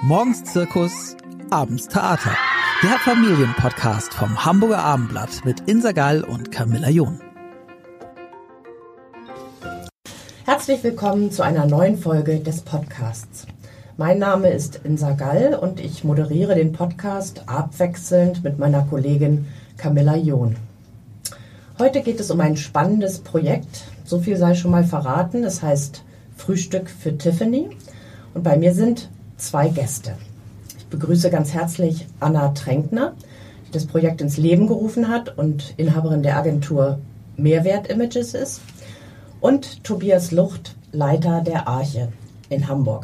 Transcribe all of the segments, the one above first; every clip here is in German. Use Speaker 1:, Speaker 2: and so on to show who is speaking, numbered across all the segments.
Speaker 1: Morgens Zirkus, abends Theater. Der Familienpodcast vom Hamburger Abendblatt mit Insa Gall und Camilla John.
Speaker 2: Herzlich willkommen zu einer neuen Folge des Podcasts. Mein Name ist Insa Gall und ich moderiere den Podcast abwechselnd mit meiner Kollegin Camilla John. Heute geht es um ein spannendes Projekt, so viel sei schon mal verraten. Es heißt Frühstück für Tiffany und bei mir sind zwei Gäste. Ich begrüße ganz herzlich Anna Tränkner, die das Projekt ins Leben gerufen hat und Inhaberin der Agentur Mehrwert Images ist, und Tobias Lucht, Leiter der Arche in Hamburg.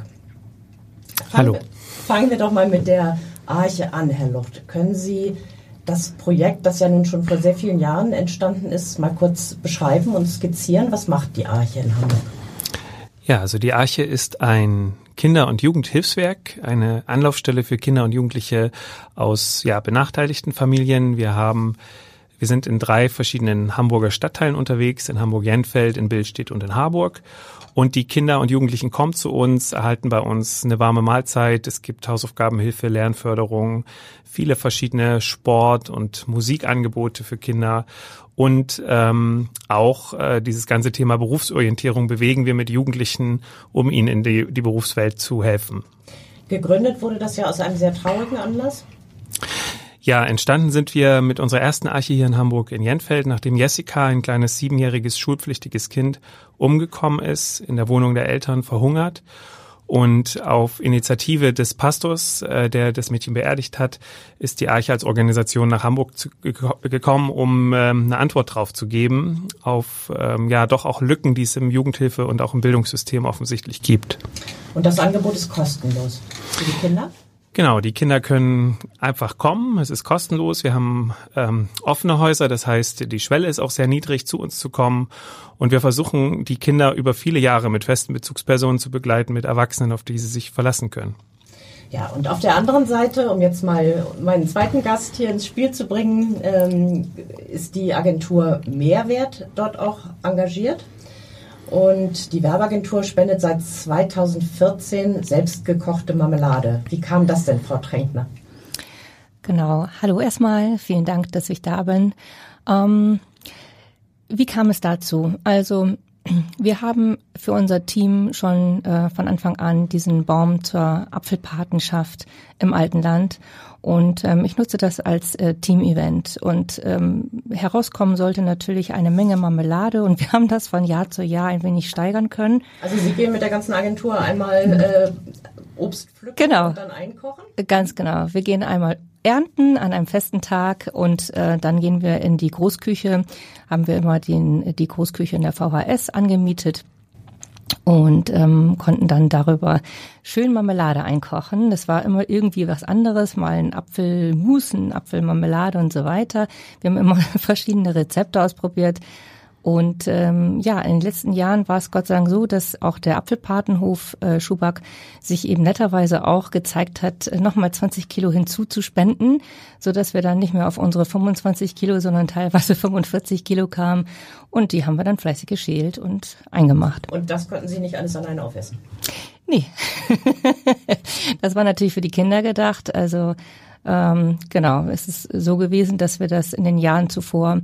Speaker 3: Hallo.
Speaker 2: Fangen wir doch mal mit der Arche an, Herr Lucht. Können Sie das Projekt, das ja nun schon vor sehr vielen Jahren entstanden ist, mal kurz beschreiben und skizzieren? Was macht die Arche in Hamburg?
Speaker 3: Ja, also die Arche ist ein Kinder- und Jugendhilfswerk, eine Anlaufstelle für Kinder und Jugendliche aus benachteiligten Familien. Wir sind in 3 verschiedenen Hamburger Stadtteilen unterwegs, in Hamburg-Jenfeld, in Billstedt und in Harburg. Und die Kinder und Jugendlichen kommen zu uns, erhalten bei uns eine warme Mahlzeit. Es gibt Hausaufgabenhilfe, Lernförderung, viele verschiedene Sport- und Musikangebote für Kinder. Und auch dieses ganze Thema Berufsorientierung bewegen wir mit Jugendlichen, um ihnen in die Berufswelt zu helfen.
Speaker 2: Gegründet wurde das ja aus einem sehr traurigen Anlass.
Speaker 3: Ja, entstanden sind wir mit unserer ersten Arche hier in Hamburg in Jenfeld, nachdem Jessica, ein kleines 7-jähriges schulpflichtiges Kind, umgekommen ist, in der Wohnung der Eltern verhungert. Und auf Initiative des Pastors, der das Mädchen beerdigt hat, ist die Arche als Organisation nach Hamburg gekommen, um eine Antwort drauf zu geben auf doch auch Lücken, die es im Jugendhilfe- und auch im Bildungssystem offensichtlich gibt.
Speaker 2: Und das Angebot ist kostenlos für die Kinder?
Speaker 3: Genau, die Kinder können einfach kommen, es ist kostenlos, wir haben offene Häuser, das heißt, die Schwelle ist auch sehr niedrig, zu uns zu kommen, und wir versuchen, die Kinder über viele Jahre mit festen Bezugspersonen zu begleiten, mit Erwachsenen, auf die sie sich verlassen können.
Speaker 2: Ja, und auf der anderen Seite, um jetzt mal meinen zweiten Gast hier ins Spiel zu bringen, ist die Agentur Mehrwert dort auch engagiert. Und die Werbeagentur spendet seit 2014 selbstgekochte Marmelade. Wie kam das denn, Frau Tränkner?
Speaker 4: Genau. Hallo erstmal. Vielen Dank, dass ich da bin. Wie kam es dazu? Also wir haben für unser Team schon von Anfang an diesen Baum zur Apfelpatenschaft im alten Land. Und ich nutze das als Team-Event. Und herauskommen sollte natürlich eine Menge Marmelade. Und wir haben das von Jahr zu Jahr ein wenig steigern können.
Speaker 2: Also Sie gehen mit der ganzen Agentur einmal Obst pflücken,
Speaker 4: genau,
Speaker 2: und dann einkochen? Ganz
Speaker 4: genau. Wir gehen einmal ernten an einem festen Tag und dann gehen wir in die Großküche. Haben wir immer die Großküche in der VHS angemietet. Und konnten dann darüber schön Marmelade einkochen. Das war immer irgendwie was anderes, mal ein Apfelmus, ein Apfelmarmelade und so weiter. Wir haben immer verschiedene Rezepte ausprobiert. Und in den letzten Jahren war es Gott sei Dank so, dass auch der Apfelpatenhof Schuback sich eben netterweise auch gezeigt hat, nochmal 20 Kilo hinzuzuspenden, so dass wir dann nicht mehr auf unsere 25 Kilo, sondern teilweise 45 Kilo kamen. Und die haben wir dann fleißig geschält und eingemacht.
Speaker 2: Und das konnten Sie nicht alles alleine aufessen?
Speaker 4: Nee. Das war natürlich für die Kinder gedacht. Also es ist so gewesen, dass wir das in den Jahren zuvor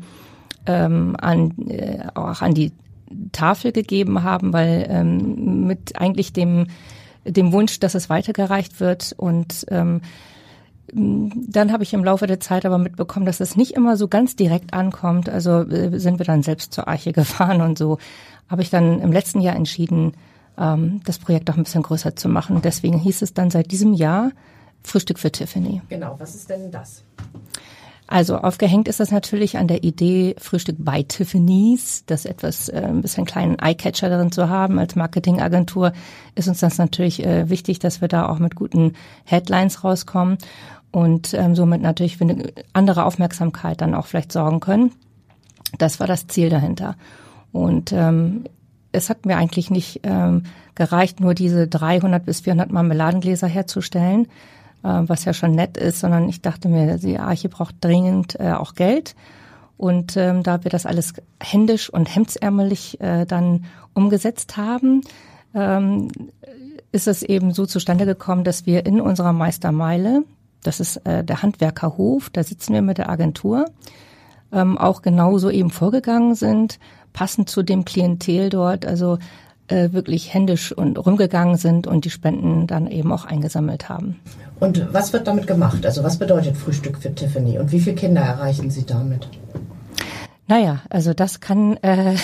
Speaker 4: auch an die Tafel gegeben haben, weil mit eigentlich dem Wunsch, dass es weitergereicht wird. Und dann habe ich im Laufe der Zeit aber mitbekommen, dass es nicht immer so ganz direkt ankommt. Also sind wir dann selbst zur Arche gefahren, und so habe ich dann im letzten Jahr entschieden, das Projekt auch ein bisschen größer zu machen. Deswegen hieß es dann seit diesem Jahr Frühstück für Tiffany.
Speaker 2: Genau, was ist denn das?
Speaker 4: Also aufgehängt ist das natürlich an der Idee Frühstück bei Tiffany's, das etwas ein bisschen kleinen Eyecatcher darin zu haben. Als Marketingagentur ist uns das natürlich wichtig, dass wir da auch mit guten Headlines rauskommen und somit natürlich für eine andere Aufmerksamkeit dann auch vielleicht sorgen können. Das war das Ziel dahinter. Und es hat mir eigentlich nicht gereicht, nur diese 300 bis 400 Marmeladengläser herzustellen, was ja schon nett ist, sondern ich dachte mir, die Arche braucht dringend auch Geld. Und da wir das alles händisch und hemdsärmelig dann umgesetzt haben, ist es eben so zustande gekommen, dass wir in unserer Meistermeile, das ist der Handwerkerhof, da sitzen wir mit der Agentur, auch genauso eben vorgegangen sind, passend zu dem Klientel dort, also wirklich händisch und rumgegangen sind und die Spenden dann eben auch eingesammelt haben.
Speaker 2: Und was wird damit gemacht? Also was bedeutet Frühstück für Tiffany und wie viele Kinder erreichen Sie damit?
Speaker 4: Naja, also das kann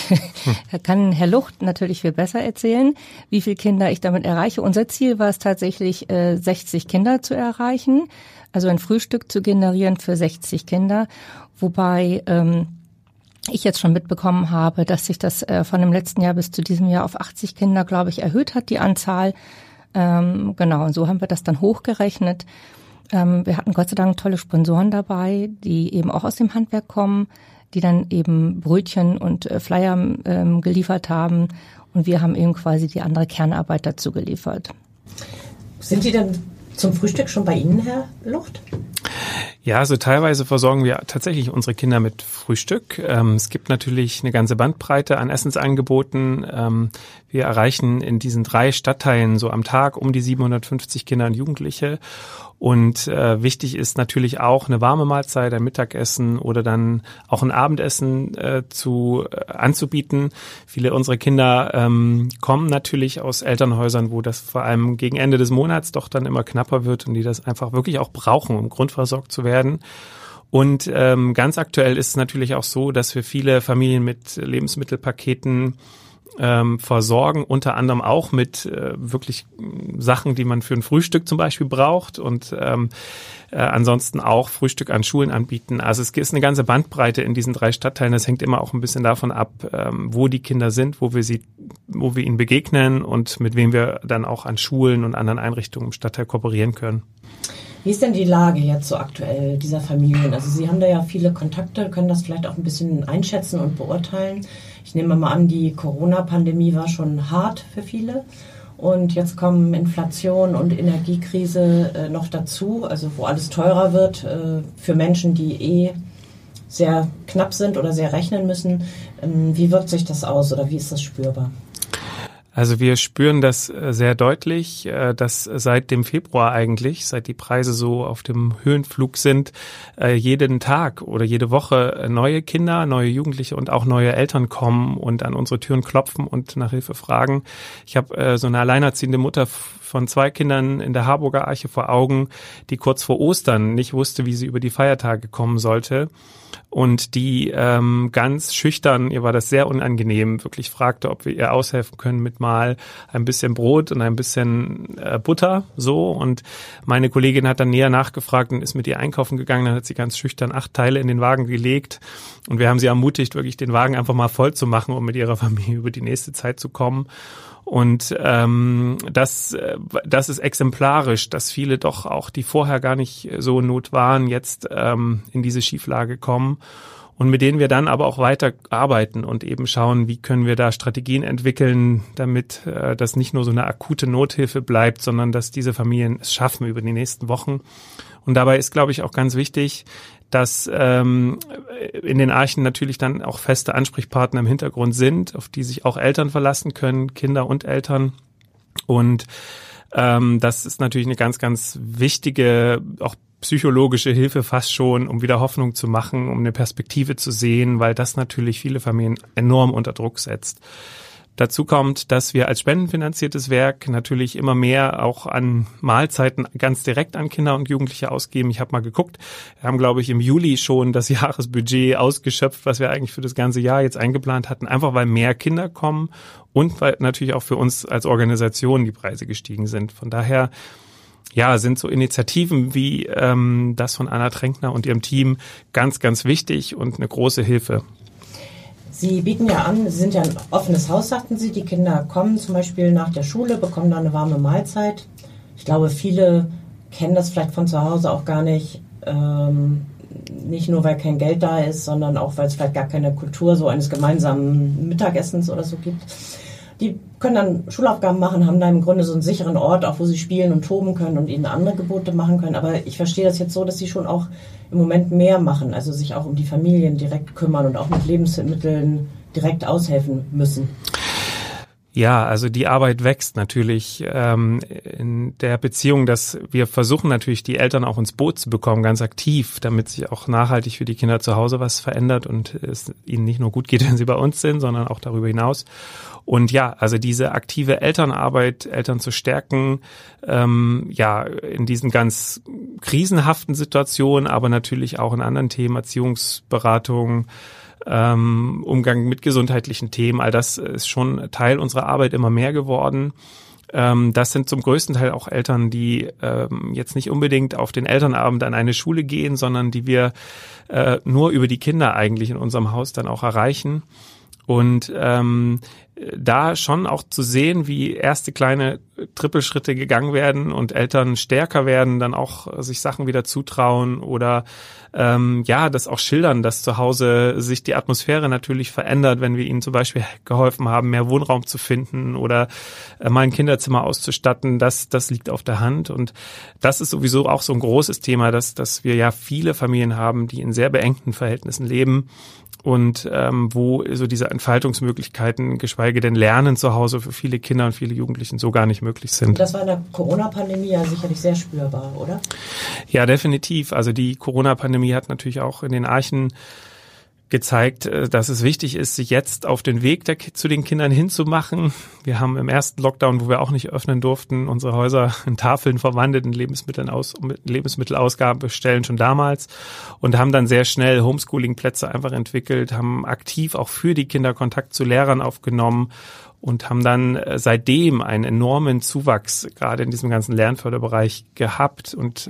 Speaker 4: Herr Lucht natürlich viel besser erzählen, wie viele Kinder ich damit erreiche. Unser Ziel war es tatsächlich, 60 Kinder zu erreichen, also ein Frühstück zu generieren für 60 Kinder, wobei ich jetzt schon mitbekommen habe, dass sich das von dem letzten Jahr bis zu diesem Jahr auf 80 Kinder, glaube ich, erhöht hat, die Anzahl. Genau, und so haben wir das dann hochgerechnet. Wir hatten Gott sei Dank tolle Sponsoren dabei, die eben auch aus dem Handwerk kommen, die dann eben Brötchen und Flyer geliefert haben. Und wir haben eben quasi die andere Kernarbeit dazu geliefert.
Speaker 2: Sind die denn zum Frühstück schon bei Ihnen, Herr Lucht?
Speaker 3: Ja, also teilweise versorgen wir tatsächlich unsere Kinder mit Frühstück. Es gibt natürlich eine ganze Bandbreite an Essensangeboten. Wir erreichen in diesen 3 Stadtteilen so am Tag um die 750 Kinder und Jugendliche. Und wichtig ist natürlich auch eine warme Mahlzeit, ein Mittagessen oder dann auch ein Abendessen anzubieten. Viele unserer Kinder kommen natürlich aus Elternhäusern, wo das vor allem gegen Ende des Monats doch dann immer knapper wird und die das einfach wirklich auch brauchen, um grundversorgt zu werden. Und ganz aktuell ist es natürlich auch so, dass wir viele Familien mit Lebensmittelpaketen versorgen, unter anderem auch mit wirklich Sachen, die man für ein Frühstück zum Beispiel braucht und ansonsten auch Frühstück an Schulen anbieten. Also es ist eine ganze Bandbreite in diesen 3 Stadtteilen. Das hängt immer auch ein bisschen davon ab, wo die Kinder sind, wo wir ihnen begegnen und mit wem wir dann auch an Schulen und anderen Einrichtungen im Stadtteil kooperieren können.
Speaker 2: Wie ist denn die Lage jetzt so aktuell dieser Familien? Also Sie haben da ja viele Kontakte, können das vielleicht auch ein bisschen einschätzen und beurteilen. Ich nehme mal an, die Corona-Pandemie war schon hart für viele. Und jetzt kommen Inflation und Energiekrise noch dazu, also wo alles teurer wird für Menschen, die sehr knapp sind oder sehr rechnen müssen. Wie wirkt sich das aus oder wie ist das spürbar?
Speaker 3: Also wir spüren das sehr deutlich, dass seit dem Februar eigentlich, seit die Preise so auf dem Höhenflug sind, jeden Tag oder jede Woche neue Kinder, neue Jugendliche und auch neue Eltern kommen und an unsere Türen klopfen und nach Hilfe fragen. Ich habe so eine alleinerziehende Mutter von 2 Kindern in der Harburger Arche vor Augen, die kurz vor Ostern nicht wusste, wie sie über die Feiertage kommen sollte. Und die ganz schüchtern, ihr war das sehr unangenehm, wirklich fragte, ob wir ihr aushelfen können mit mal ein bisschen Brot und ein bisschen Butter, so. Und meine Kollegin hat dann näher nachgefragt und ist mit ihr einkaufen gegangen. Dann hat sie ganz schüchtern 8 Teile in den Wagen gelegt. Und wir haben sie ermutigt, wirklich den Wagen einfach mal voll zu machen, um mit ihrer Familie über die nächste Zeit zu kommen. Und das ist exemplarisch, dass viele doch auch, die vorher gar nicht so in Not waren, jetzt in diese Schieflage kommen und mit denen wir dann aber auch weiter arbeiten und eben schauen, wie können wir da Strategien entwickeln, damit das nicht nur so eine akute Nothilfe bleibt, sondern dass diese Familien es schaffen über die nächsten Wochen. Und dabei ist, glaube ich, auch ganz wichtig, dass in den Archen natürlich dann auch feste Ansprechpartner im Hintergrund sind, auf die sich auch Eltern verlassen können, Kinder und Eltern. Und das ist natürlich eine ganz, ganz wichtige, auch psychologische Hilfe fast schon, um wieder Hoffnung zu machen, um eine Perspektive zu sehen, weil das natürlich viele Familien enorm unter Druck setzt. Dazu kommt, dass wir als spendenfinanziertes Werk natürlich immer mehr auch an Mahlzeiten ganz direkt an Kinder und Jugendliche ausgeben. Ich habe mal geguckt, wir haben, glaube ich, im Juli schon das Jahresbudget ausgeschöpft, was wir eigentlich für das ganze Jahr jetzt eingeplant hatten, einfach weil mehr Kinder kommen und weil natürlich auch für uns als Organisation die Preise gestiegen sind. Von daher sind so Initiativen wie das von Anna Tränkner und ihrem Team ganz, ganz wichtig und eine große Hilfe.
Speaker 2: Sie bieten ja an, Sie sind ja ein offenes Haus, sagten Sie. Die Kinder kommen zum Beispiel nach der Schule, bekommen da eine warme Mahlzeit. Ich glaube, viele kennen das vielleicht von zu Hause auch gar nicht. Nicht nur, weil kein Geld da ist, sondern auch, weil es vielleicht gar keine Kultur so eines gemeinsamen Mittagessens oder so gibt. Die können dann Schulaufgaben machen, haben da im Grunde so einen sicheren Ort, auch wo sie spielen und toben können und ihnen andere Gebote machen können. Aber ich verstehe das jetzt so, dass sie schon auch im Moment mehr machen, also sich auch um die Familien direkt kümmern und auch mit Lebensmitteln direkt aushelfen müssen.
Speaker 3: Ja, also die Arbeit wächst natürlich in der Beziehung, dass wir versuchen natürlich die Eltern auch ins Boot zu bekommen, ganz aktiv, damit sich auch nachhaltig für die Kinder zu Hause was verändert und es ihnen nicht nur gut geht, wenn sie bei uns sind, sondern auch darüber hinaus. Und ja, also diese aktive Elternarbeit, Eltern zu stärken, in diesen ganz krisenhaften Situationen, aber natürlich auch in anderen Themen, Erziehungsberatung, Umgang mit gesundheitlichen Themen, all das ist schon Teil unserer Arbeit immer mehr geworden. Das sind zum größten Teil auch Eltern, die jetzt nicht unbedingt auf den Elternabend an eine Schule gehen, sondern die wir nur über die Kinder eigentlich in unserem Haus dann auch erreichen. Und da schon auch zu sehen, wie erste kleine Trippelschritte gegangen werden und Eltern stärker werden, dann auch sich Sachen wieder zutrauen oder das auch schildern, dass zu Hause sich die Atmosphäre natürlich verändert, wenn wir ihnen zum Beispiel geholfen haben, mehr Wohnraum zu finden oder mal ein Kinderzimmer auszustatten. Das liegt auf der Hand und das ist sowieso auch so ein großes Thema, dass wir ja viele Familien haben, die in sehr beengten Verhältnissen leben und wo so diese Entfaltungsmöglichkeiten, geschweige denn Lernen zu Hause für viele Kinder und viele Jugendlichen so gar nicht möglich sind.
Speaker 2: Das war in der Corona-Pandemie ja sicherlich sehr spürbar, oder?
Speaker 3: Ja, definitiv. Also die Corona-Pandemie hat natürlich auch in den Archen gezeigt, dass es wichtig ist, sich jetzt auf den Weg zu den Kindern hinzumachen. Wir haben im ersten Lockdown, wo wir auch nicht öffnen durften, unsere Häuser in Tafeln verwandelt, in Lebensmittelausgaben bestellen schon damals und haben dann sehr schnell Homeschooling-Plätze einfach entwickelt, haben aktiv auch für die Kinder Kontakt zu Lehrern aufgenommen und haben dann seitdem einen enormen Zuwachs gerade in diesem ganzen Lernförderbereich gehabt und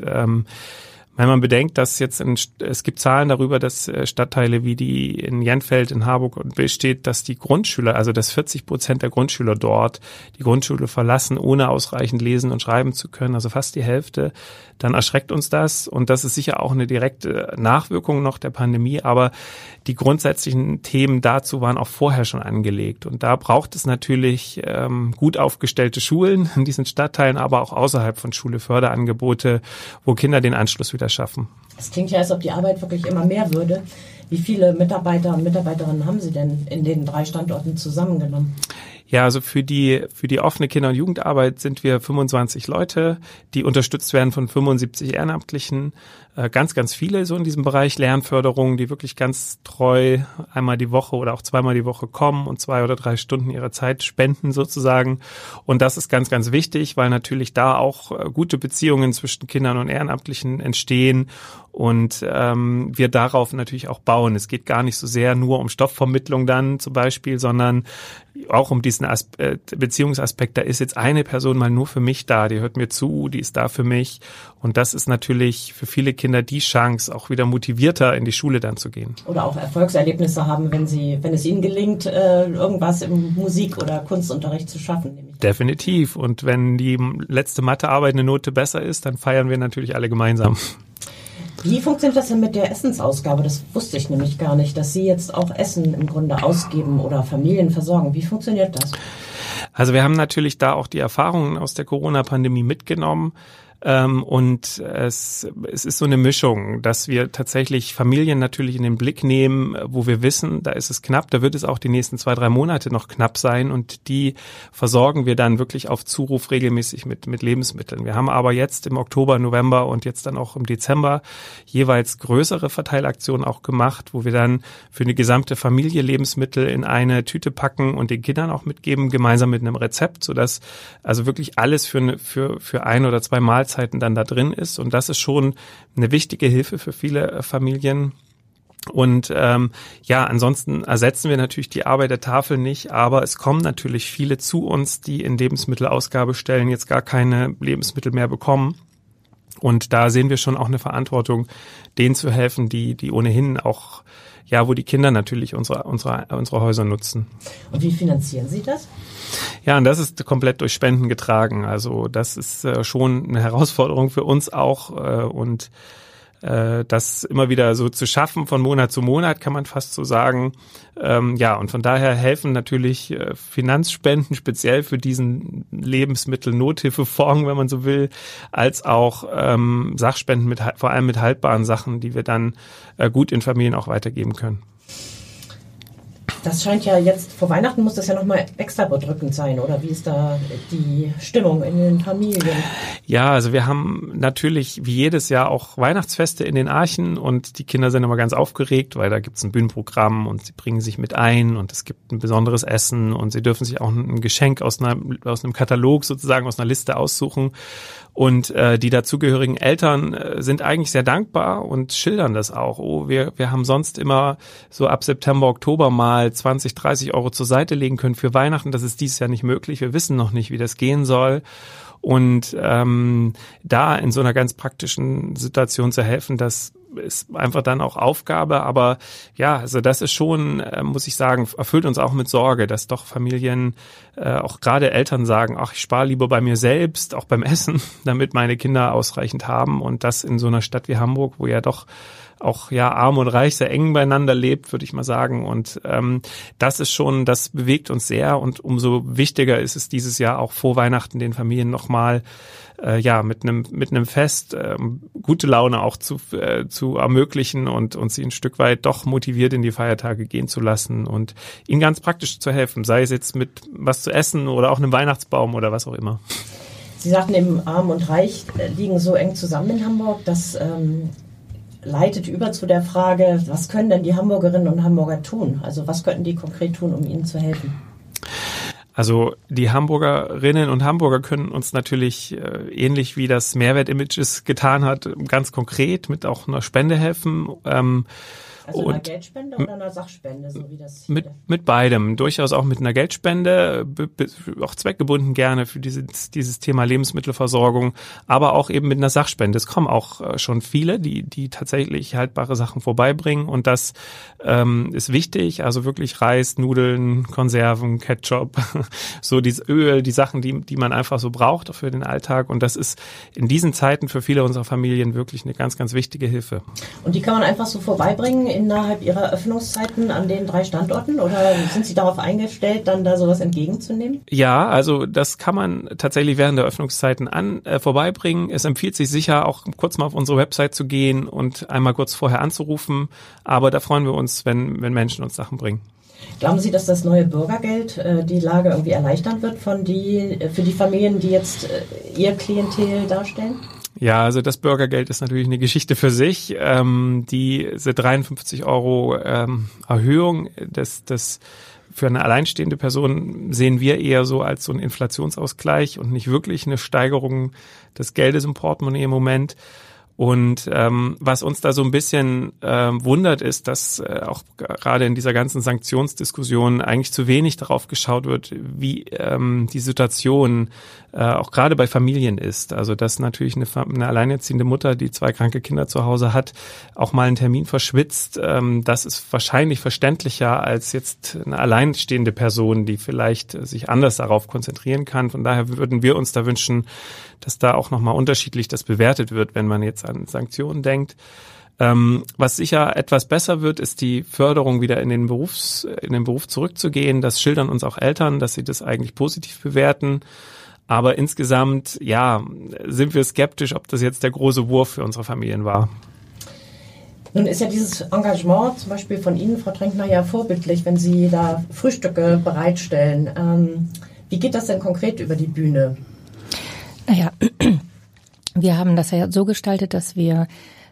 Speaker 3: wenn man bedenkt, dass jetzt es gibt Zahlen darüber, dass Stadtteile wie die in Jenfeld, in Harburg und Billstedt, dass die Grundschüler, also dass 40% der Grundschüler dort die Grundschule verlassen, ohne ausreichend lesen und schreiben zu können, also fast die Hälfte, dann erschreckt uns das und das ist sicher auch eine direkte Nachwirkung noch der Pandemie, aber die grundsätzlichen Themen dazu waren auch vorher schon angelegt und da braucht es natürlich gut aufgestellte Schulen in diesen Stadtteilen, aber auch außerhalb von Schule Förderangebote, wo Kinder den Anschluss wieder schaffen. Es
Speaker 2: klingt ja, als ob die Arbeit wirklich immer mehr würde. Wie viele Mitarbeiter und Mitarbeiterinnen haben Sie denn in den 3 Standorten zusammengenommen?
Speaker 3: Ja, also für die offene Kinder- und Jugendarbeit sind wir 25 Leute, die unterstützt werden von 75 Ehrenamtlichen. Ganz, ganz viele so in diesem Bereich Lernförderung, die wirklich ganz treu einmal die Woche oder auch zweimal die Woche kommen und 2 oder 3 Stunden ihrer Zeit spenden sozusagen. Und das ist ganz, ganz wichtig, weil natürlich da auch gute Beziehungen zwischen Kindern und Ehrenamtlichen entstehen und wir darauf natürlich auch bauen. Es geht gar nicht so sehr nur um Stoffvermittlung dann zum Beispiel, sondern auch um diesen Beziehungsaspekt. Da ist jetzt eine Person mal nur für mich da, die hört mir zu, die ist da für mich. Und das ist natürlich für viele Kinder die Chance, auch wieder motivierter in die Schule dann zu gehen.
Speaker 2: Oder auch Erfolgserlebnisse haben, wenn es ihnen gelingt, irgendwas im Musik- oder Kunstunterricht zu schaffen.
Speaker 3: Definitiv. Und wenn die letzte Mathearbeit eine Note besser ist, dann feiern wir natürlich alle gemeinsam.
Speaker 2: Wie funktioniert das denn mit der Essensausgabe? Das wusste ich nämlich gar nicht, dass Sie jetzt auch Essen im Grunde ausgeben oder Familien versorgen. Wie funktioniert das?
Speaker 3: Also wir haben natürlich da auch die Erfahrungen aus der Corona-Pandemie mitgenommen. Und es ist so eine Mischung, dass wir tatsächlich Familien natürlich in den Blick nehmen, wo wir wissen, da ist es knapp, da wird es auch die nächsten 2-3 Monate noch knapp sein und die versorgen wir dann wirklich auf Zuruf regelmäßig mit Lebensmitteln. Wir haben aber jetzt im Oktober, November und jetzt dann auch im Dezember jeweils größere Verteilaktionen auch gemacht, wo wir dann für eine gesamte Familie Lebensmittel in eine Tüte packen und den Kindern auch mitgeben, gemeinsam mit einem Rezept, sodass also wirklich alles für 1 oder 2 Mahlzeiten dann da drin ist und das ist schon eine wichtige Hilfe für viele Familien. Und ansonsten ersetzen wir natürlich die Arbeit der Tafel nicht, aber es kommen natürlich viele zu uns, die in Lebensmittelausgabestellen jetzt gar keine Lebensmittel mehr bekommen. Und da sehen wir schon auch eine Verantwortung, denen zu helfen, die ohnehin auch, wo die Kinder natürlich unsere Häuser nutzen.
Speaker 2: Und wie finanzieren Sie das?
Speaker 3: Ja, und das ist komplett durch Spenden getragen. Also das ist schon eine Herausforderung für uns auch und das immer wieder so zu schaffen von Monat zu Monat, kann man fast so sagen. Und von daher helfen natürlich Finanzspenden speziell für diesen Lebensmittel-Nothilfefonds, wenn man so will, als auch Sachspenden vor allem mit haltbaren Sachen, die wir dann gut in Familien auch weitergeben können.
Speaker 2: Das scheint ja jetzt, vor Weihnachten muss das ja nochmal extra bedrückend sein, oder wie ist da die Stimmung in den Familien?
Speaker 3: Ja, also wir haben natürlich wie jedes Jahr auch Weihnachtsfeste in den Archen und die Kinder sind immer ganz aufgeregt, weil da gibt's ein Bühnenprogramm und sie bringen sich mit ein und es gibt ein besonderes Essen und sie dürfen sich auch ein Geschenk aus einem Katalog sozusagen, aus einer Liste aussuchen. Und die dazugehörigen Eltern sind eigentlich sehr dankbar und schildern das auch. Oh, wir haben sonst immer so ab September, Oktober mal 20, 30 Euro zur Seite legen können für Weihnachten. Das ist dieses Jahr nicht möglich. Wir wissen noch nicht, wie das gehen soll. Und da in so einer ganz praktischen Situation zu helfen, das ist einfach dann auch Aufgabe. Aber ja, also das ist schon, muss ich sagen, erfüllt uns auch mit Sorge, dass doch Familien, auch gerade Eltern sagen, ach, ich spare lieber bei mir selbst, auch beim Essen, damit meine Kinder ausreichend haben. Und das in so einer Stadt wie Hamburg, wo ja doch auch ja arm und reich sehr eng beieinander lebt, würde ich mal sagen. Und das ist schon, das bewegt uns sehr. Und umso wichtiger ist es dieses Jahr auch vor Weihnachten den Familien nochmal mit einem Fest gute Laune auch zu ermöglichen und sie ein Stück weit doch motiviert in die Feiertage gehen zu lassen und ihnen ganz praktisch zu helfen, sei es jetzt mit was zu essen oder auch einem Weihnachtsbaum oder was auch immer.
Speaker 2: Sie sagten eben, Arm und Reich liegen so eng zusammen in Hamburg, das leitet über zu der Frage, was können denn die Hamburgerinnen und Hamburger tun? Also was könnten die konkret tun, um ihnen zu helfen?
Speaker 3: Also die Hamburgerinnen und Hamburger können uns natürlich ähnlich wie das Mehrwert-Image es getan hat, ganz konkret mit auch einer Spende helfen.
Speaker 2: Also einer Geldspende oder einer Sachspende, so wie das hier?
Speaker 3: Mit beidem, durchaus auch mit einer Geldspende, auch zweckgebunden gerne für dieses Thema Lebensmittelversorgung, aber auch eben mit einer Sachspende. Es kommen auch schon viele, die tatsächlich haltbare Sachen vorbeibringen und das ist wichtig, also wirklich Reis, Nudeln, Konserven, Ketchup, so dieses Öl, die Sachen, die man einfach so braucht für den Alltag und das ist in diesen Zeiten für viele unserer Familien wirklich eine ganz, ganz wichtige Hilfe.
Speaker 2: Und die kann man einfach so vorbeibringen innerhalb Ihrer Öffnungszeiten an den 3 Standorten oder sind Sie darauf eingestellt, dann da sowas entgegenzunehmen?
Speaker 3: Ja, also das kann man tatsächlich während der Öffnungszeiten vorbeibringen. Es empfiehlt sich sicher auch kurz mal auf unsere Website zu gehen und einmal kurz vorher anzurufen, aber da freuen wir uns, wenn Menschen uns Sachen bringen.
Speaker 2: Glauben Sie, dass das neue Bürgergeld die Lage irgendwie erleichtern wird für die Familien, die jetzt ihr Klientel darstellen?
Speaker 3: Ja, also das Bürgergeld ist natürlich eine Geschichte für sich. Diese 53 Euro Erhöhung des für eine alleinstehende Person sehen wir eher so als so einen Inflationsausgleich und nicht wirklich eine Steigerung des Geldes im Portemonnaie im Moment. Und was uns da so ein bisschen wundert, ist, dass auch gerade in dieser ganzen Sanktionsdiskussion eigentlich zu wenig darauf geschaut wird, wie die Situation auch gerade bei Familien ist. Also dass natürlich eine alleinerziehende Mutter, die 2 kranke Kinder zu Hause hat, auch mal einen Termin verschwitzt. Das ist wahrscheinlich verständlicher als jetzt eine alleinstehende Person, die vielleicht sich anders darauf konzentrieren kann. Von daher würden wir uns da wünschen, dass da auch nochmal unterschiedlich das bewertet wird, wenn man jetzt an Sanktionen denkt. Was sicher etwas besser wird, ist die Förderung wieder in den Beruf zurückzugehen. Das schildern uns auch Eltern, dass sie das eigentlich positiv bewerten. Aber insgesamt, ja, sind wir skeptisch, ob das jetzt der große Wurf für unsere Familien war.
Speaker 2: Nun ist ja dieses Engagement zum Beispiel von Ihnen, Frau Trenkner, ja vorbildlich, wenn Sie da Frühstücke bereitstellen. Wie geht das denn konkret über die Bühne?
Speaker 4: Naja, wir haben das ja so gestaltet, dass wir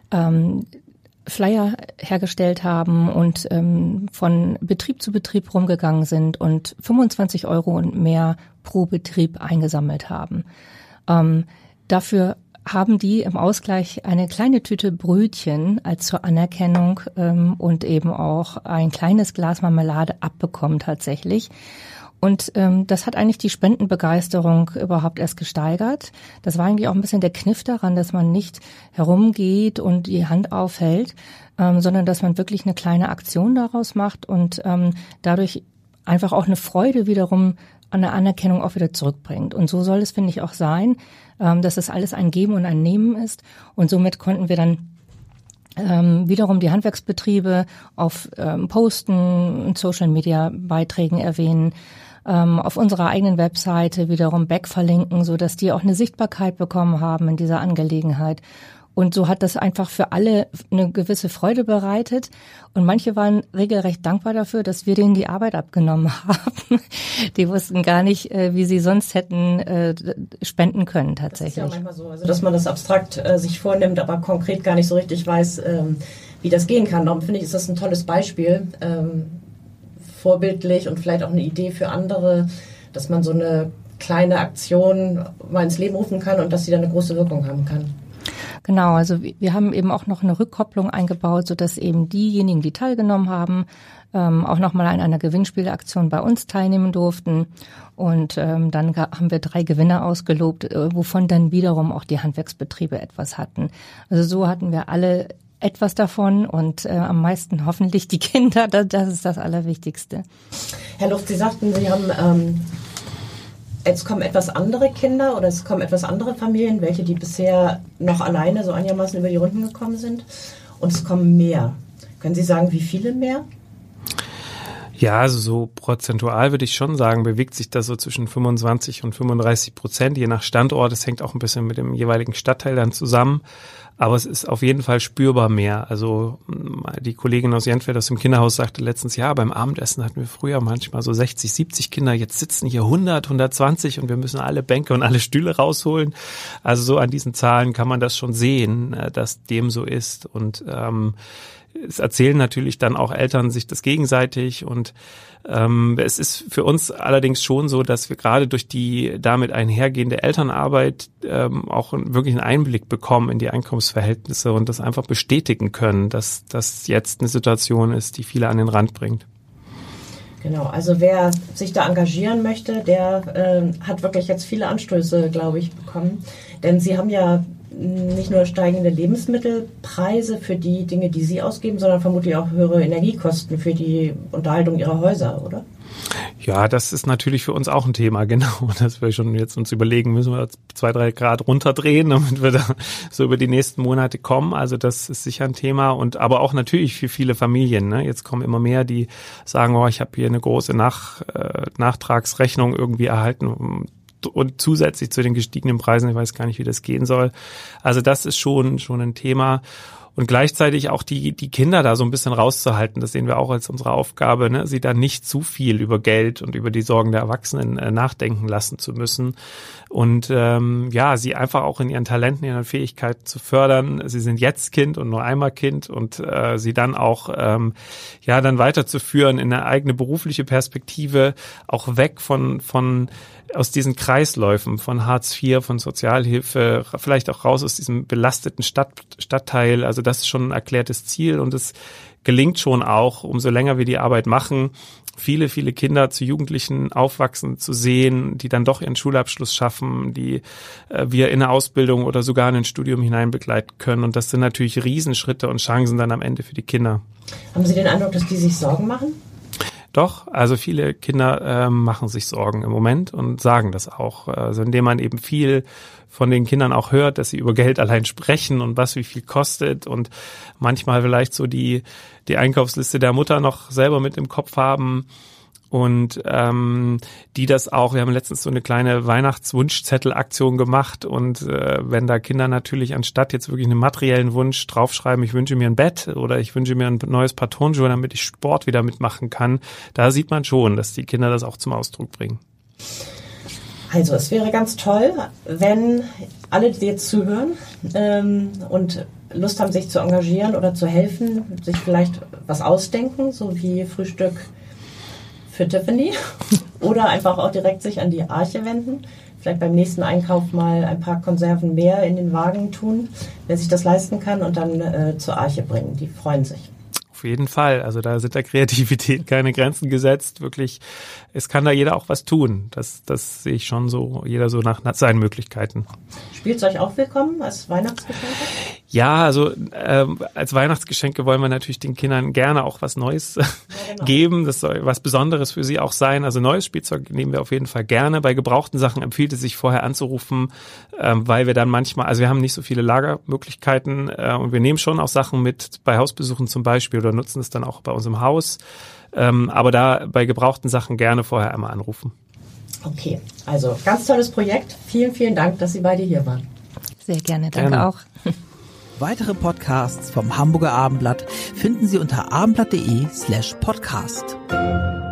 Speaker 4: Flyer hergestellt haben und von Betrieb zu Betrieb rumgegangen sind und 25 Euro und mehr pro Betrieb eingesammelt haben. Dafür haben die im Ausgleich eine kleine Tüte Brötchen als zur Anerkennung und eben auch ein kleines Glas Marmelade abbekommen tatsächlich. Und das hat eigentlich die Spendenbegeisterung überhaupt erst gesteigert. Das war eigentlich auch ein bisschen der Kniff daran, dass man nicht herumgeht und die Hand aufhält, sondern dass man wirklich eine kleine Aktion daraus macht und dadurch einfach auch eine Freude wiederum an der Anerkennung auch wieder zurückbringt. Und so soll es, finde ich, auch sein, dass es alles ein Geben und ein Nehmen ist. Und somit konnten wir dann wiederum die Handwerksbetriebe auf Posten, Social-Media-Beiträgen erwähnen, auf unserer eigenen Webseite wiederum backverlinken, so dass die auch eine Sichtbarkeit bekommen haben in dieser Angelegenheit. Und so hat das einfach für alle eine gewisse Freude bereitet. Und manche waren regelrecht dankbar dafür, dass wir denen die Arbeit abgenommen haben. Die wussten gar nicht, wie sie sonst hätten spenden können tatsächlich.
Speaker 2: Das ist ja manchmal so, also dass man das abstrakt sich vornimmt, aber konkret gar nicht so richtig weiß, wie das gehen kann. Darum finde ich, ist das ein tolles Beispiel, vorbildlich und vielleicht auch eine Idee für andere, dass man so eine kleine Aktion mal ins Leben rufen kann und dass sie dann eine große Wirkung haben kann.
Speaker 4: Genau, also wir haben eben auch noch eine Rückkopplung eingebaut, sodass eben diejenigen, die teilgenommen haben, auch nochmal an einer Gewinnspielaktion bei uns teilnehmen durften. Und dann haben wir 3 Gewinner ausgelobt, wovon dann wiederum auch die Handwerksbetriebe etwas hatten. Also so hatten wir alle etwas davon und am meisten hoffentlich die Kinder. Das ist das Allerwichtigste.
Speaker 2: Herr Luft, Sie sagten, Sie haben jetzt kommen etwas andere Kinder oder es kommen etwas andere Familien, welche die bisher noch alleine so einigermaßen über die Runden gekommen sind. Und es kommen mehr. Können Sie sagen, wie viele mehr?
Speaker 3: Ja, also so prozentual würde ich schon sagen, bewegt sich das so zwischen 25% und 35%, je nach Standort. Es hängt auch ein bisschen mit dem jeweiligen Stadtteil dann zusammen. Aber es ist auf jeden Fall spürbar mehr. Also die Kollegin aus Jentfeld aus dem Kinderhaus sagte letztens, ja, beim Abendessen hatten wir früher manchmal so 60, 70 Kinder. Jetzt sitzen hier 100, 120 und wir müssen alle Bänke und alle Stühle rausholen. Also so an diesen Zahlen kann man das schon sehen, dass dem so ist. Und es erzählen natürlich dann auch Eltern sich das gegenseitig und es ist für uns allerdings schon so, dass wir gerade durch die damit einhergehende Elternarbeit auch wirklich einen Einblick bekommen in die Einkommensverhältnisse und das einfach bestätigen können, dass das jetzt eine Situation ist, die viele an den Rand bringt.
Speaker 2: Genau, also wer sich da engagieren möchte, der hat wirklich jetzt viele Anstöße, glaube ich, bekommen. Denn Sie haben ja nicht nur steigende Lebensmittelpreise für die Dinge, die Sie ausgeben, sondern vermutlich auch höhere Energiekosten für die Unterhaltung Ihrer Häuser, oder?
Speaker 3: Ja, das ist natürlich für uns auch ein Thema, genau. Dass wir schon jetzt uns überlegen, müssen wir 2-3 Grad runterdrehen, damit wir da so über die nächsten Monate kommen. Also das ist sicher ein Thema und aber auch natürlich für viele Familien. Ne? Jetzt kommen immer mehr, die sagen, oh, ich habe hier eine große Nachtragsrechnung irgendwie erhalten und zusätzlich zu den gestiegenen Preisen, ich weiß gar nicht, wie das gehen soll. Also das ist schon ein Thema. Und gleichzeitig auch die Kinder da so ein bisschen rauszuhalten, das sehen wir auch als unsere Aufgabe, ne? Sie da nicht zu viel über Geld und über die Sorgen der Erwachsenen nachdenken lassen zu müssen. Und sie einfach auch in ihren Talenten, in ihren Fähigkeiten zu fördern. Sie sind jetzt Kind und nur einmal Kind und sie dann auch dann weiterzuführen in eine eigene berufliche Perspektive, auch weg von aus diesen Kreisläufen von Hartz IV, von Sozialhilfe, vielleicht auch raus aus diesem belasteten Stadtteil. Also das ist schon ein erklärtes Ziel und es gelingt schon auch, umso länger wir die Arbeit machen, viele, viele Kinder zu Jugendlichen aufwachsen zu sehen, die dann doch ihren Schulabschluss schaffen, die wir in eine Ausbildung oder sogar in ein Studium hinein begleiten können. Und das sind natürlich Riesenschritte und Chancen dann am Ende für die Kinder.
Speaker 2: Haben Sie den Eindruck, dass die sich Sorgen machen?
Speaker 3: Doch, also viele Kinder machen sich Sorgen im Moment und sagen das auch. Also indem man eben viel von den Kindern auch hört, dass sie über Geld allein sprechen und was wie viel kostet und manchmal vielleicht so die Einkaufsliste der Mutter noch selber mit im Kopf haben. Und die das auch, wir haben letztens so eine kleine Weihnachtswunschzettelaktion gemacht und wenn da Kinder natürlich anstatt jetzt wirklich einen materiellen Wunsch draufschreiben, ich wünsche mir ein Bett oder ich wünsche mir ein neues Paar Turnschuhe, damit ich Sport wieder mitmachen kann, da sieht man schon, dass die Kinder das auch zum Ausdruck bringen.
Speaker 2: Also es wäre ganz toll, wenn alle, die jetzt zuhören und Lust haben, sich zu engagieren oder zu helfen, sich vielleicht was ausdenken, so wie Frühstück für Tiffany oder einfach auch direkt sich an die Arche wenden. Vielleicht beim nächsten Einkauf mal ein paar Konserven mehr in den Wagen tun, wer sich das leisten kann und dann zur Arche bringen. Die freuen sich.
Speaker 3: Auf jeden Fall. Also da sind der Kreativität keine Grenzen gesetzt. Wirklich, es kann da jeder auch was tun. Das sehe ich schon so, jeder so nach seinen Möglichkeiten.
Speaker 2: Spielzeug auch willkommen als Weihnachtsgeschenke?
Speaker 3: Ja, also als Weihnachtsgeschenke wollen wir natürlich den Kindern gerne auch was Neues geben. Das soll was Besonderes für sie auch sein. Also neues Spielzeug nehmen wir auf jeden Fall gerne. Bei gebrauchten Sachen empfiehlt es sich vorher anzurufen, weil wir dann manchmal, also wir haben nicht so viele Lagermöglichkeiten und wir nehmen schon auch Sachen mit bei Hausbesuchen zum Beispiel oder nutzen es dann auch bei uns im Haus. Aber da bei gebrauchten Sachen gerne vorher einmal anrufen.
Speaker 2: Okay, also ganz tolles Projekt. Vielen, vielen Dank, dass Sie beide hier waren.
Speaker 4: Sehr gerne, danke auch.
Speaker 1: Weitere Podcasts vom Hamburger Abendblatt finden Sie unter abendblatt.de/podcast.